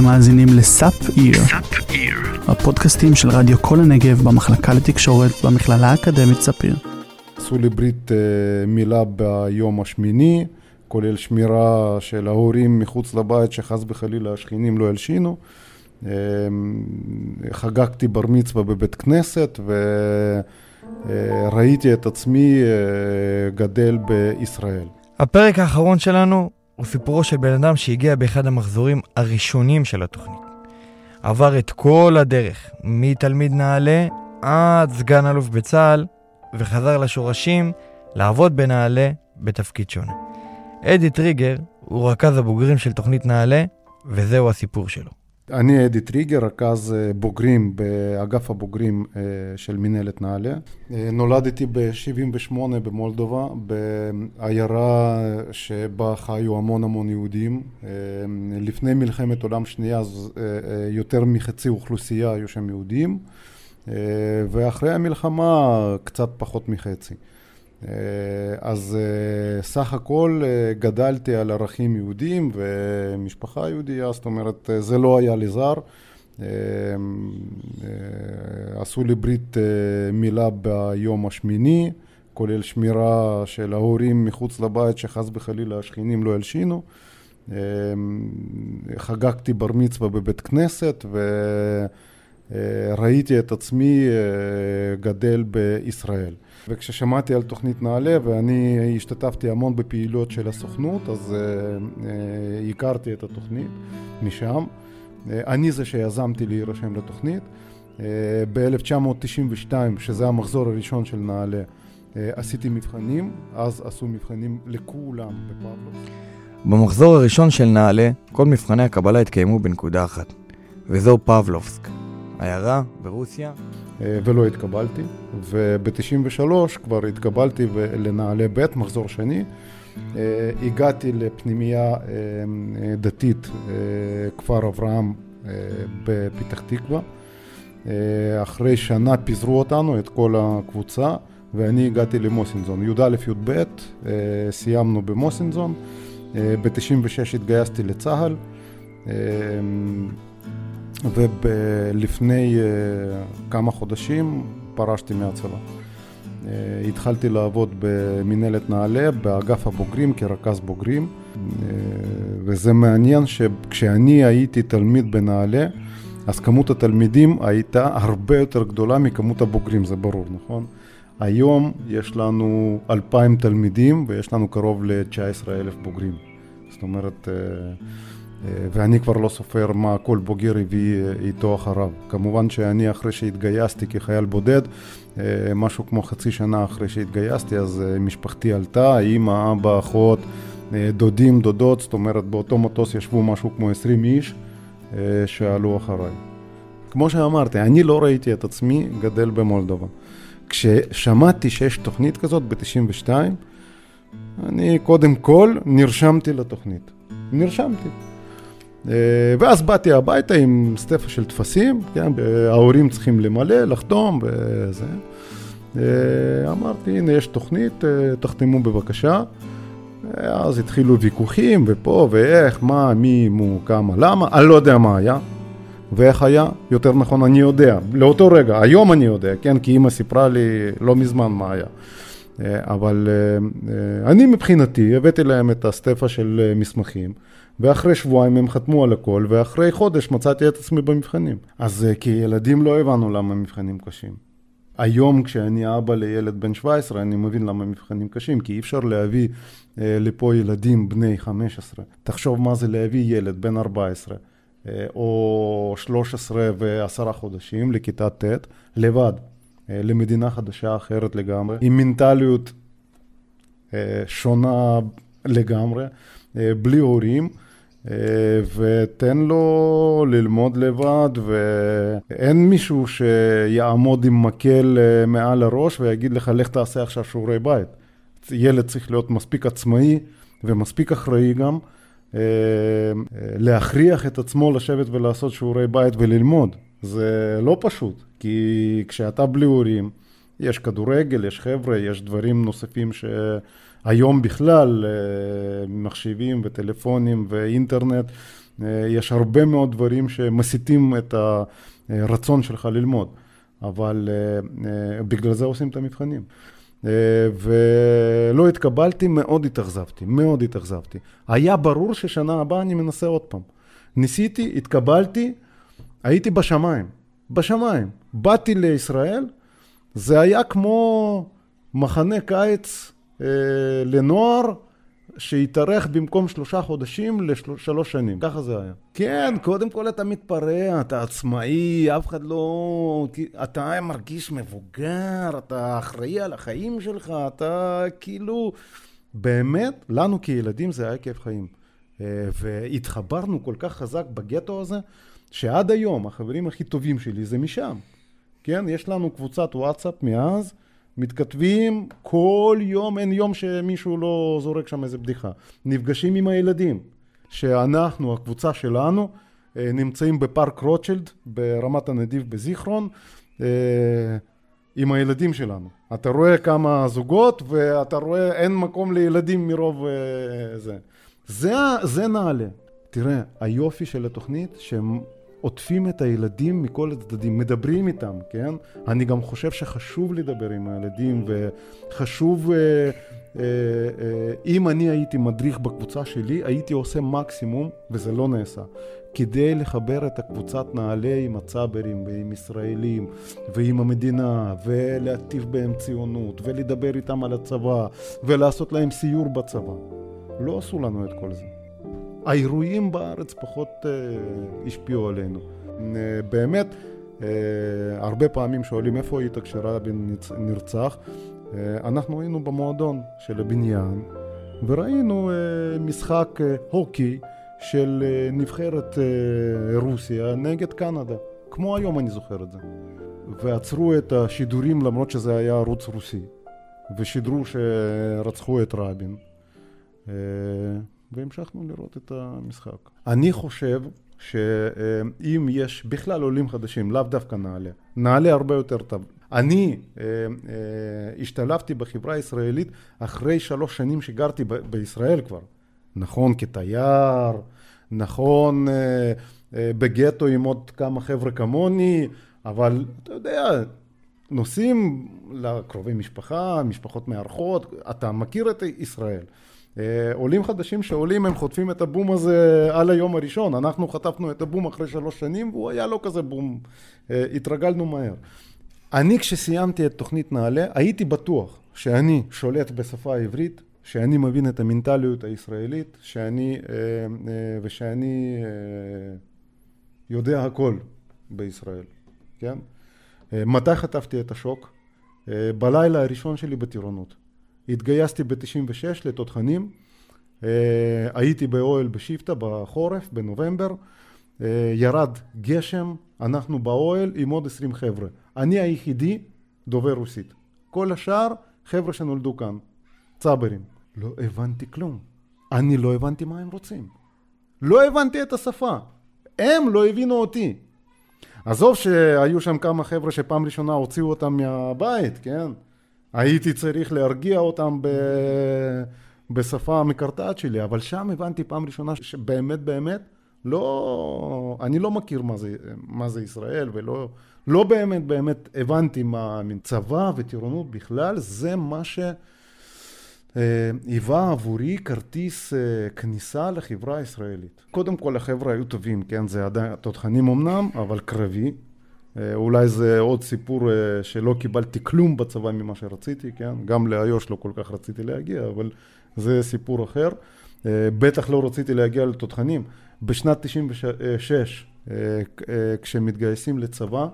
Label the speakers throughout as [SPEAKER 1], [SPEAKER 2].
[SPEAKER 1] אתם מאזינים לסאפ איר, הפודקאסטים של רדיו כל הנגב במחלקה לתקשורת במכללה האקדמית ספיר.
[SPEAKER 2] עשו לי ברית מילה ביום השמיני, כולל שמירה של ההורים מחוץ לבית שחס וחלילה השכנים לא ילשינו. חגגתי בר מצווה בבית כנסת וראיתי את עצמי גדל בישראל.
[SPEAKER 3] הפרק האחרון שלנו הוא סיפורו של בן אדם שהגיע באחד המחזורים הראשונים של התוכנית. עבר את כל הדרך, מתלמיד נעלה עד סגן אלוף בצה"ל, וחזר לשורשים לעבוד בנעלה בתפקיד שונה. אדי טריגר הוא רכז הבוגרים של תוכנית נעלה, וזהו הסיפור שלו.
[SPEAKER 2] אני אדי טריגר, רכז בוגרים באגף הבוגרים של מנהלת נעלה. נולדתי ב-78 במולדובה, בעיירה שבה חיו המון יהודים. לפני מלחמת עולם שנייה, יותר מחצי אוכלוסייה היו שם יהודים, ואחרי המלחמה קצת פחות מחצי. אז סך הכל גדלתי על ערכים יהודים ומשפחה יהודיה, זאת אומרת זה לא היה לי זר. עשו לי ברית מילה ביום השמיני, כולל שמירה של ההורים מחוץ לבית שחס וחלילה השכנים לא ילשינו. חגגתי בר מצווה בבית כנסת וראיתי את עצמי גדל בישראל. וכששמעתי על תוכנית נעלה, ואני השתתפתי המון בפעילות של הסוכנות, אז הכרתי את התוכנית משם. אני זה שיזמתי להירשם לתוכנית. ב-1992, שזה המחזור הראשון של נעלה, עשיתי מבחנים, אז עשו מבחנים לכולם בפבלובסק.
[SPEAKER 3] במחזור הראשון של נעלה, כל מבחני הקבלה התקיימו בנקודה אחת, וזהו פבלובסק, עיירה ברוסיה.
[SPEAKER 2] ולא התקבלתי, וב-93 כבר התקבלתי לנעלה ב' מחזור שני. הגעתי לפנימייה דתית, כפר אברהם בפתח תקווה. אחרי שנה פיזרו אותנו, את כל הקבוצה, ואני הגעתי למוסינזון. י"א י"ב, סיימנו במוסינזון. ב-96 התגייסתי לצה"ל. ולפני כמה חודשים פרשתי מהצבא. התחלתי לעבוד במנהלת נעלה, באגף הבוגרים כרכז בוגרים, וזה מעניין שכשאני הייתי תלמיד בנעלה, אז כמות התלמידים הייתה הרבה יותר גדולה מכמות הבוגרים, זה ברור, נכון? היום יש לנו 2,000 תלמידים ויש לנו קרוב ל-19,000 בוגרים. זאת אומרת, ואני כבר לא סופר מה כל בוגר הביא איתו אחריו. כמובן שאני אחרי שהתגייסתי כחייל בודד, משהו כמו חצי שנה אחרי שהתגייסתי, אז משפחתי עלתה, אמא, אבא, אחות, דודים, דודות, זאת אומרת באותו מטוס ישבו משהו כמו 20 איש שעלו אחריי. כמו שאמרתי, אני לא ראיתי את עצמי גדל במולדובה. כששמעתי שיש תוכנית כזאת ב-92, אני קודם כל נרשמתי לתוכנית. נרשמתי. ואז באתי הביתה עם סטפה של תפסים, כן, ההורים צריכים למלא, לחתום וזה. אמרתי, הנה יש תוכנית, תחתמו בבקשה. אז התחילו ויכוחים ופה ואיך, מה, מי, מו, כמה, למה, אני לא יודע מה היה. ואיך היה, יותר נכון אני יודע, לאותו רגע, היום אני יודע, כן, כי אמא סיפרה לי לא מזמן מה היה. אבל אני מבחינתי הבאתי להם את הסטפה של מסמכים, ואחרי שבועיים הם חתמו על הכל, ואחרי חודש מצאתי את עצמי במבחנים. אז כילדים לא הבנו למה מבחנים קשים. היום כשאני אבא לילד בן 17, אני מבין למה מבחנים קשים, כי אי אפשר להביא לפה ילדים בני 15. תחשוב מה זה להביא ילד בן 14, או 13 ו10 חודשים לכיתה ט' לבד, למדינה חדשה אחרת לגמרי, עם מנטליות שונה לגמרי, בלי הורים, ותן לו ללמוד לבד, ואין מישהו שיעמוד עם מקל מעל הראש ויגיד לך לך תעשה עכשיו שיעורי בית. ילד צריך להיות מספיק עצמאי ומספיק אחראי גם, להכריח את עצמו לשבת ולעשות שיעורי בית וללמוד. זה לא פשוט, כי כשאתה בלי הורים, יש כדורגל, יש חבר'ה, יש דברים נוספים שהיום בכלל, מחשבים וטלפונים ואינטרנט, יש הרבה מאוד דברים שמסיתים את הרצון שלך ללמוד, אבל בגלל זה עושים את המבחנים. ולא התקבלתי, מאוד התאכזבתי. היה ברור ששנה הבאה אני מנסה עוד פעם. ניסיתי, התקבלתי, הייתי בשמיים. באתי לישראל, זה היה כמו מחנה קיץ לנוער, שהתארך במקום 3 חודשים ל3 שנים. ככה זה היה. כן, קודם כל אתה מתפרע, אתה עצמאי, אף אחד לא... אתה מרגיש מבוגר, אתה אחראי על החיים שלך, אתה כאילו... באמת, לנו כילדים זה היה כיף חיים. והתחברנו כל כך חזק בגטו הזה, שעד היום החברים הכי טובים שלי זה משם. כן, יש לנו קבוצת וואטסאפ מאז, מתכתבים כל יום, אין יום שמישהו לא זורק שם איזה בדיחה. נפגשים עם הילדים, שאנחנו, הקבוצה שלנו, נמצאים בפארק רוטשילד, ברמת הנדיב בזיכרון, עם הילדים שלנו. אתה רואה כמה זוגות, ואתה רואה אין מקום לילדים מרוב זה. זה נעלה. תראה, היופי של התוכנית, שהם עוטפים את הילדים מכל הצדדים, מדברים איתם, כן? אני גם חושב שחשוב לדבר עם הילדים, וחשוב, אם אני הייתי מדריך בקבוצה שלי, הייתי עושה מקסימום, וזה לא נעשה, כדי לחבר את הקבוצת נעלה עם הצברים, ועם ישראלים, ועם המדינה, ולהטיף בהם ציונות, ולדבר איתם על הצבא, ולעשות להם סיור בצבא. לא עשו לנו את כל זה. האירועים בארץ פחות השפיעו עלינו. באמת, הרבה פעמים שואלים איפה היית כשרבין נרצח. אנחנו היינו במועדון של הבניין, וראינו משחק הוקי של נבחרת רוסיה נגד קנדה. כמו היום אני זוכר את זה. ועצרו את השידורים למרות שזה היה ערוץ רוסי. ושידרו שרצחו את רבין. והמשכנו לראות את המשחק. אני חושב שאם יש בכלל עולים חדשים, לאו דווקא נעלה הרבה יותר טוב. אני השתלבתי בחברה הישראלית אחרי 3 שנים שגרתי בישראל כבר. נכון, כתייר, נכון, בגטו עם עוד כמה חבר'ה כמוני, אבל אתה יודע, נוסעים לקרובי משפחה, משפחות מארחות, אתה מכיר את ישראל. עולים חדשים שעולים הם חוטפים את הבום הזה על היום הראשון. אנחנו חטפנו את הבום אחרי 3 שנים והוא היה לא כזה בום, התרגלנו מהר. אני כשסיימתי את תוכנית נעלה הייתי בטוח שאני שולט בשפה העברית, שאני מבין את המנטליות הישראלית, ושאני יודע הכל בישראל, כן? מתי חטפתי את השוק? בלילה הראשון שלי בטירונות. התגייסתי ב-96 לתותחנים, הייתי באוהל בשבטה בחורף, בנובמבר, ירד גשם, אנחנו באוהל עם עוד 20 חבר'ה. אני היחידי דובר רוסית. כל השאר חבר'ה שנולדו כאן, צברים. לא הבנתי כלום. אני לא הבנתי מה הם רוצים. לא הבנתי את השפה. הם לא הבינו אותי. עזוב שהיו שם כמה חבר'ה שפעם ראשונה הוציאו אותם מהבית, כן? הייתי צריך להרגיע אותם בשפה המקרטעת שלי, אבל שם הבנתי פעם ראשונה שבאמת, לא, אני לא מכיר מה זה ישראל, ולא באמת הבנתי מה צבא וטירונות בכלל, זה מה שהיווה עבורי כרטיס כניסה לחברה הישראלית. קודם כל החבר'ה היו טובים, כן? זה עדיין תותחנים אמנם, אבל קרבי. אולי זה עוד סיפור שלא קיבלתי כלום בצבא ממה שרציתי, כן? גם לאיו"ש לא כל כך רציתי להגיע, אבל זה סיפור אחר. בטח לא רציתי להגיע לתותחנים. בשנת 96, כשמתגייסים לצבא,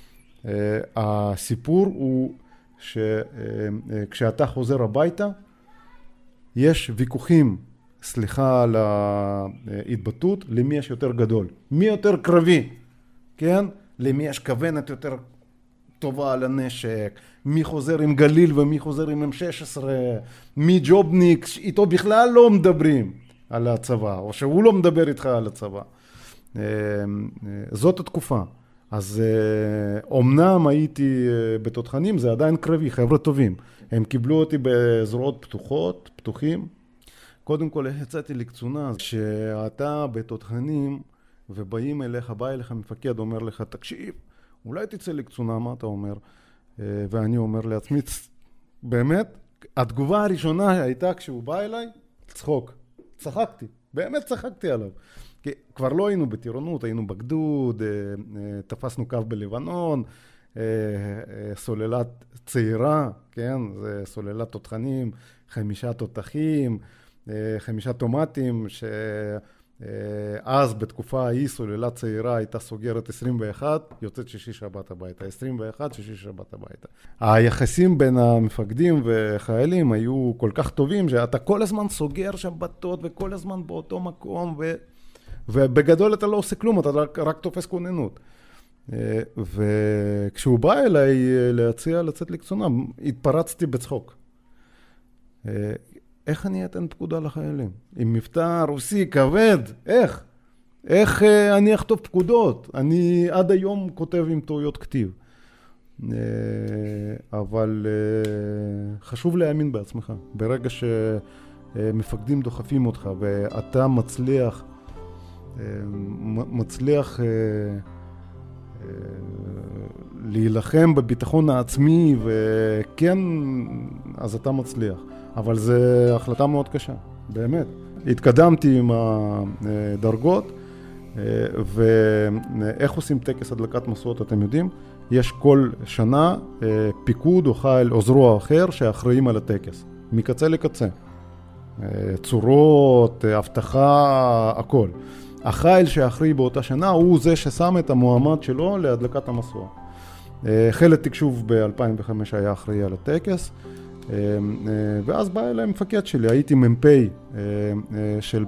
[SPEAKER 2] הסיפור הוא שכשאתה חוזר הביתה, יש ויכוחים, סליחה על ההתבטאות, למי יש יותר גדול. מי יותר קרבי, כן? למי יש כוונת יותר טובה על הנשק, מי חוזר עם גליל ומי חוזר עם M16, מי ג'ובניק, איתו בכלל לא מדברים על הצבא, או שהוא לא מדבר איתך על הצבא. זאת התקופה. אז אומנם הייתי בתותחנים, זה עדיין קרבי, חבר'ה טובים. הם קיבלו אותי בזרועות פתוחים. קודם כל, יצאתי לקצונה. כשאתה בתותחנים ובאים אליך, בא אליך מפקד, אומר לך, תקשיב, אולי תצא לקצונה, מה אתה אומר? ואני אומר לעצמי, באמת, התגובה הראשונה הייתה כשהוא בא אליי, צחוק. צחקתי, באמת צחקתי עליו. כי כבר לא היינו בטירונות, היינו בגדוד, תפסנו קו בלבנון, סוללת צעירה, כן? זה סוללת תותחנים, 5 תותחים, 5 טומטים, שאז בתקופה ההיא סוללת צעירה הייתה סוגרת 21, יוצאת שישי שבת הביתה, 21, שישי שבת הביתה. היחסים בין המפקדים וחיילים היו כל כך טובים, שאתה כל הזמן סוגר שבתות וכל הזמן באותו מקום, ובגדול אתה לא עושה כלום, אתה רק תופס כוננות. וכשהוא בא אליי להציע לצאת לקצונה, התפרצתי בצחוק. איך אני אתן פקודה לחיילים? עם מבטא רוסי כבד, איך? איך אני אכתוב פקודות? אני עד היום כותב עם טעויות כתיב. אבל חשוב להאמין בעצמך. ברגע שמפקדים דוחפים אותך ואתה מצליח להילחם בביטחון העצמי, וכן, אז אתה מצליח. אבל זו החלטה מאוד קשה, באמת. התקדמתי עם הדרגות, ואיך עושים טקס הדלקת משואות, אתם יודעים? יש כל שנה פיקוד או חיל או זרוע אחר שאחראים על הטקס, מקצה לקצה. צורות, הבטחה, הכל. החיל שאחראי באותה שנה הוא זה ששם את המועמד שלו להדלקת המשואה. חיל התקשוב ב-2005 היה אחראי על הטקס, ואז בא אליי מפקד שלי, הייתי מ"פ של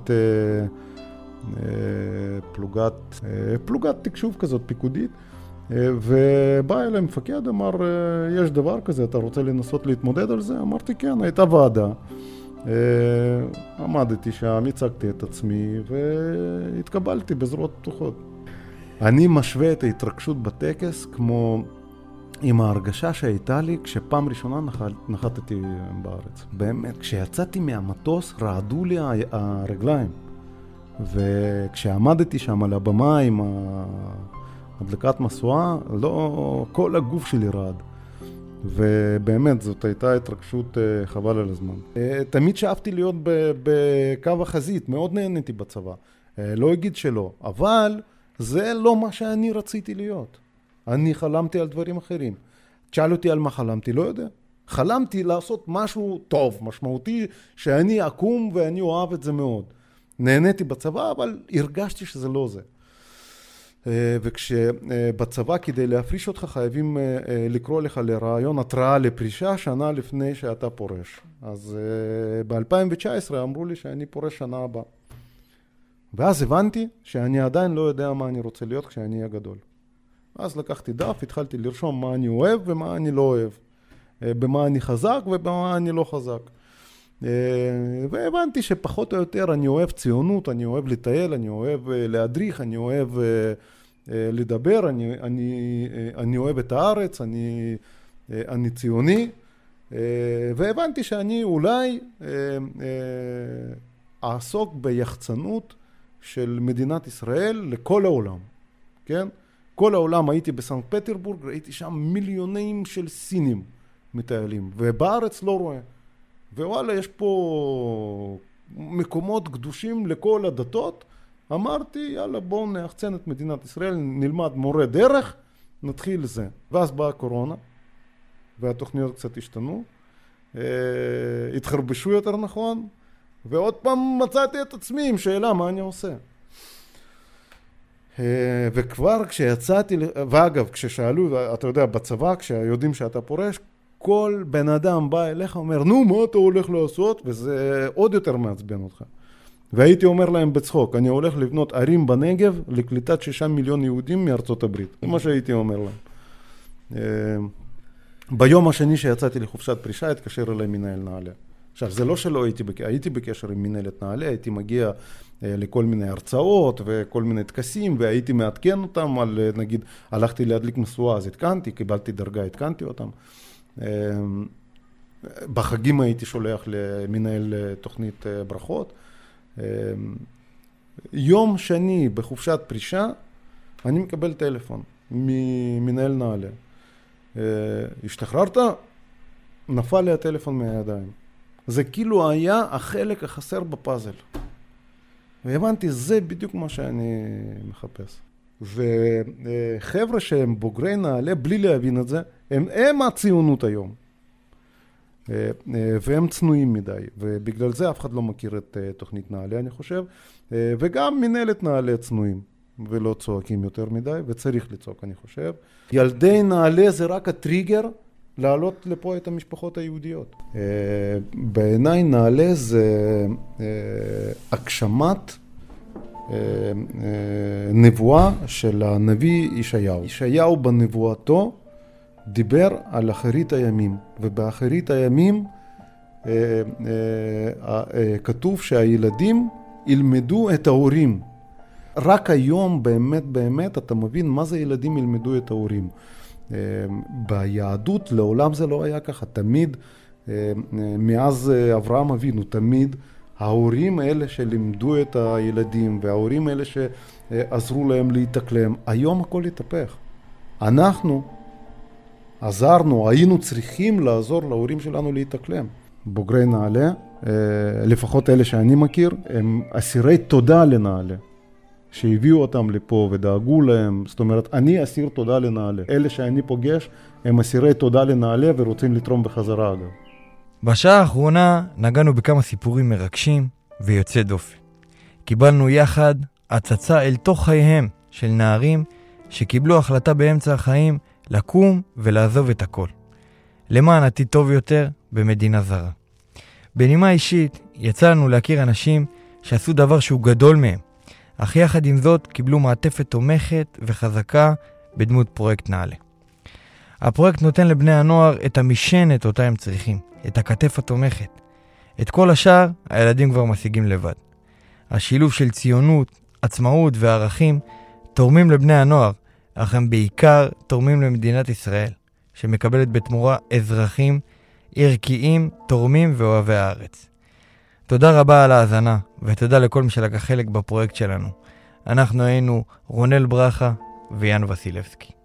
[SPEAKER 2] פלוגת תקשוב כזאת פיקודית, ובא אליי מפקד, אמר, יש דבר כזה, אתה רוצה לנסות להתמודד על זה? אמרתי כן, הייתה ועדה. עמדתי שם, הצגתי את עצמי והתקבלתי בזרועות פתוחות. אני משווה את ההתרגשות בטקס כמו עם ההרגשה שהייתה לי כשפעם ראשונה נחתתי בארץ. באמת, כשיצאתי מהמטוס רעדו לי הרגליים, וכשעמדתי שם על הבמה עם הדלקת משואה, לא, כל הגוף שלי רעד. ובאמת זאת הייתה התרגשות חבל על הזמן. תמיד שאפתי להיות בקו החזית, מאוד נהניתי בצבא. לא אגיד שלא, אבל זה לא מה שאני רציתי להיות. אני חלמתי על דברים אחרים. תשאל אותי על מה חלמתי, לא יודע. חלמתי לעשות משהו טוב, משמעותי, שאני אקום ואני אוהב את זה מאוד. נהניתי בצבא, אבל הרגשתי שזה לא זה. וכשבצבא כדי להפריש אותך חייבים לקרוא לך לרעיון התראה לפרישה שנה לפני שאתה פורש. אז ב-2019 אמרו לי שאני פורש שנה הבאה. ואז הבנתי שאני עדיין לא יודע מה אני רוצה להיות כשאני אהיה גדול. אז לקחתי דף, התחלתי לרשום מה אני אוהב ומה אני לא אוהב. במה אני חזק ובמה אני לא חזק. והבנתי שפחות או יותר אני אוהב ציונות, אני אוהב לטייל, אני אוהב להדריך, אני אוהב לדבר, אני אוהב את הארץ, אני ציוני, והבנתי שאני אולי אעסוק ביחצנות של מדינת ישראל לכל העולם, כן? כל העולם, הייתי בסנט פטרבורג, ראיתי שם מיליונים של סינים מטיילים, ובארץ לא רואה. ווואלה, יש פה מקומות קדושים לכל הדתות. אמרתי, יאללה, בואו נחצן את מדינת ישראל, נלמד מורה דרך, נתחיל זה. ואז באה הקורונה, והתוכניות קצת השתנו, התחרבשו יותר נכון, ועוד פעם מצאתי את עצמי עם שאלה, מה אני עושה? וכבר כשיצאתי, ואגב, כששאלו, אתה יודע, בצבא, כשיודעים שאתה פורש, כל בן אדם בא אליך ואומר, נו, מה אתה הולך לעשות? וזה עוד יותר מעצבן אותך. והייתי אומר להם בצחוק, אני הולך לבנות ערים בנגב לקליטת 6 מיליון יהודים מארצות הברית. זה מה שהייתי אומר להם. ביום השני שיצאתי לחופשת פרישה, התקשר אליי מנהל נעל"ה. עכשיו, זה לא שלא הייתי בקשר עם מנהלת נעל"ה, הייתי מגיע לכל מיני הרצאות וכל מיני טקסים, והייתי מעדכן אותם על, נגיד, הלכתי להדליק משואה, אז התקנתי, קיבלתי דרגה, התקנתי אותם. בחגים הייתי שולח למנהל תוכנית ברכות. יום שני בחופשת פרישה, אני מקבל טלפון ממנהל נעל"ה. השתחררת? נפל לי הטלפון מהידיים. זה כאילו היה החלק החסר בפאזל. והבנתי, זה בדיוק מה שאני מחפש. וחבר'ה שהם בוגרי נעל"ה, בלי להבין את זה, הם הציונות היום. והם צנועים מדי, ובגלל זה אף אחד לא מכיר את תוכנית נעל"ה, אני חושב, וגם מנהלת נעל"ה צנועים, ולא צועקים יותר מדי, וצריך לצעוק, אני חושב. ילדי נעל"ה זה רק הטריגר להעלות לפה את המשפחות היהודיות. בעיניי נעל"ה זה הגשמת נבואה של הנביא ישעיהו. ישעיהו בנבואתו דיבר על אחרית הימים, ובאחרית הימים כתוב שהילדים ילמדו את ההורים. רק היום באמת אתה מבין מה זה ילדים ילמדו את ההורים. ביהדות לעולם זה לא היה ככה, תמיד מאז אברהם אבינו, תמיד ההורים האלה שלימדו את הילדים וההורים האלה שעזרו להם להתאקלם, היום הכל התהפך. אנחנו עזרנו, היינו צריכים לעזור להורים שלנו להתאקלם. בוגרי נעל"ה, לפחות אלה שאני מכיר, הם אסירי תודה לנעל"ה. שהביאו אותם לפה ודאגו להם, זאת אומרת, אני אסיר תודה לנעל"ה. אלה שאני פוגש, הם אסירי תודה לנעל"ה ורוצים לתרום בחזרה אגב.
[SPEAKER 3] בשעה האחרונה נגענו בכמה סיפורים מרגשים ויוצא דופן. קיבלנו יחד הצצה אל תוך חייהם של נערים שקיבלו החלטה באמצע החיים לקום ולעזוב את הכל. למען עתיד טוב יותר במדינה זרה. בנימה אישית יצא לנו להכיר אנשים שעשו דבר שהוא גדול מהם, אך יחד עם זאת קיבלו מעטפת תומכת וחזקה בדמות פרויקט נעל"ה. הפרויקט נותן לבני הנוער את המשענת אותה הם צריכים, את הכתף התומכת. את כל השאר הילדים כבר משיגים לבד. השילוב של ציונות, עצמאות וערכים תורמים לבני הנוער, אך הם בעיקר תורמים למדינת ישראל, שמקבלת בתמורה אזרחים ערכיים, תורמים ואוהבי הארץ. תודה רבה על ההאזנה, ותודה לכל מי שלקח חלק בפרויקט שלנו. אנחנו היינו רונל ברכה ויאן וסילבסקי.